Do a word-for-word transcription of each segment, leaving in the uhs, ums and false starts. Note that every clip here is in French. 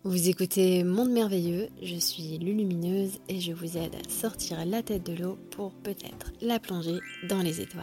Vous écoutez Monde Merveilleux, je suis Lulumineuse et je vous aide à sortir la tête de l'eau pour peut-être la plonger dans les étoiles.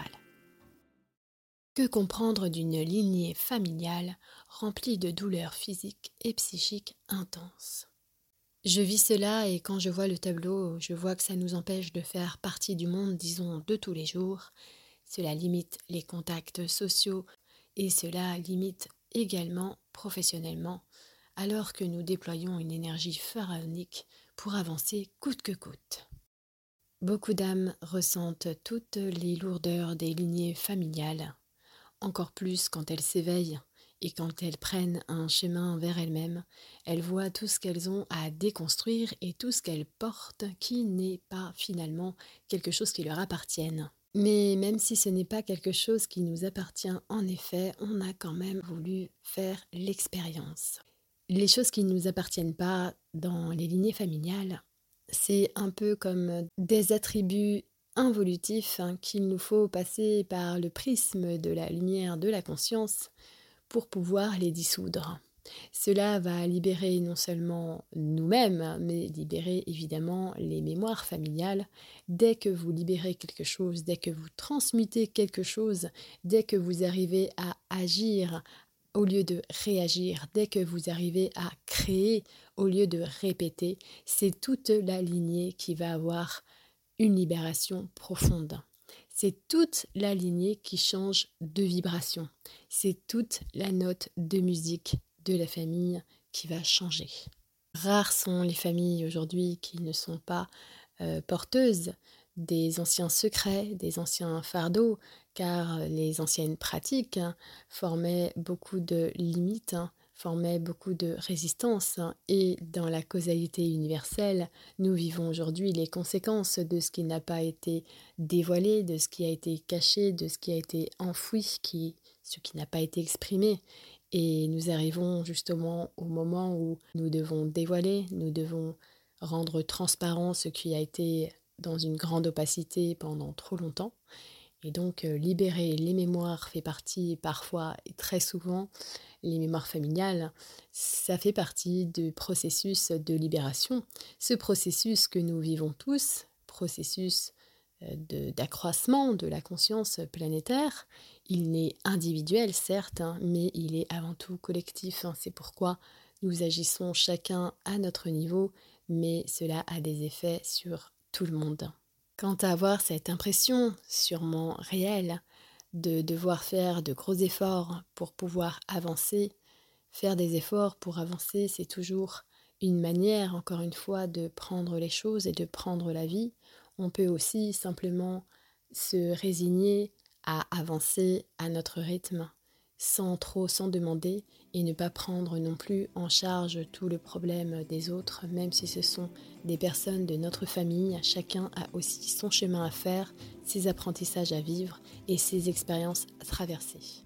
Que comprendre d'une lignée familiale remplie de douleurs physiques et psychiques intenses? Je vis cela et quand je vois le tableau, je vois que ça nous empêche de faire partie du monde, disons, de tous les jours. Cela limite les contacts sociaux et cela limite également professionnellement, alors que nous déployons une énergie pharaonique pour avancer coûte que coûte. Beaucoup d'âmes ressentent toutes les lourdeurs des lignées familiales, encore plus quand elles s'éveillent et quand elles prennent un chemin vers elles-mêmes. Elles voient tout ce qu'elles ont à déconstruire et tout ce qu'elles portent qui n'est pas finalement quelque chose qui leur appartienne. Mais même si ce n'est pas quelque chose qui nous appartient en effet, on a quand même voulu faire l'expérience. Les choses qui ne nous appartiennent pas dans les lignées familiales, c'est un peu comme des attributs involutifs hein, qu'il nous faut passer par le prisme de la lumière de la conscience pour pouvoir les dissoudre. Cela va libérer non seulement nous-mêmes, mais libérer évidemment les mémoires familiales. Dès que vous libérez quelque chose, dès que vous transmutez quelque chose, dès que vous arrivez à agir au lieu de réagir, dès que vous arrivez à créer au lieu de répéter, c'est toute la lignée qui va avoir une libération profonde. C'est toute la lignée qui change de vibration. C'est toute la note de musique de la famille qui va changer. Rares sont les familles aujourd'hui qui ne sont pas euh, porteuses des anciens secrets, des anciens fardeaux, car les anciennes pratiques hein, formaient beaucoup de limites, hein, formaient beaucoup de résistance, hein, et dans la causalité universelle, nous vivons aujourd'hui les conséquences de ce qui n'a pas été dévoilé, de ce qui a été caché, de ce qui a été enfoui, qui, ce qui n'a pas été exprimé. Et nous arrivons justement au moment où nous devons dévoiler, nous devons rendre transparent ce qui a été dans une grande opacité pendant trop longtemps. Et donc euh, libérer les mémoires fait partie parfois et très souvent, les mémoires familiales, ça fait partie du processus de libération. Ce processus que nous vivons tous, processus De, d'accroissement de la conscience planétaire. Il n'est individuel, certes, hein, mais il est avant tout collectif. Hein. C'est pourquoi nous agissons chacun à notre niveau, mais cela a des effets sur tout le monde. Quant à avoir cette impression, sûrement réelle, de devoir faire de gros efforts pour pouvoir avancer, faire des efforts pour avancer, c'est toujours une manière, encore une fois, de prendre les choses et de prendre la vie. On peut aussi simplement se résigner à avancer à notre rythme, sans trop s'en demander, et ne pas prendre non plus en charge tout le problème des autres, même si ce sont des personnes de notre famille. Chacun a aussi son chemin à faire, ses apprentissages à vivre et ses expériences à traverser.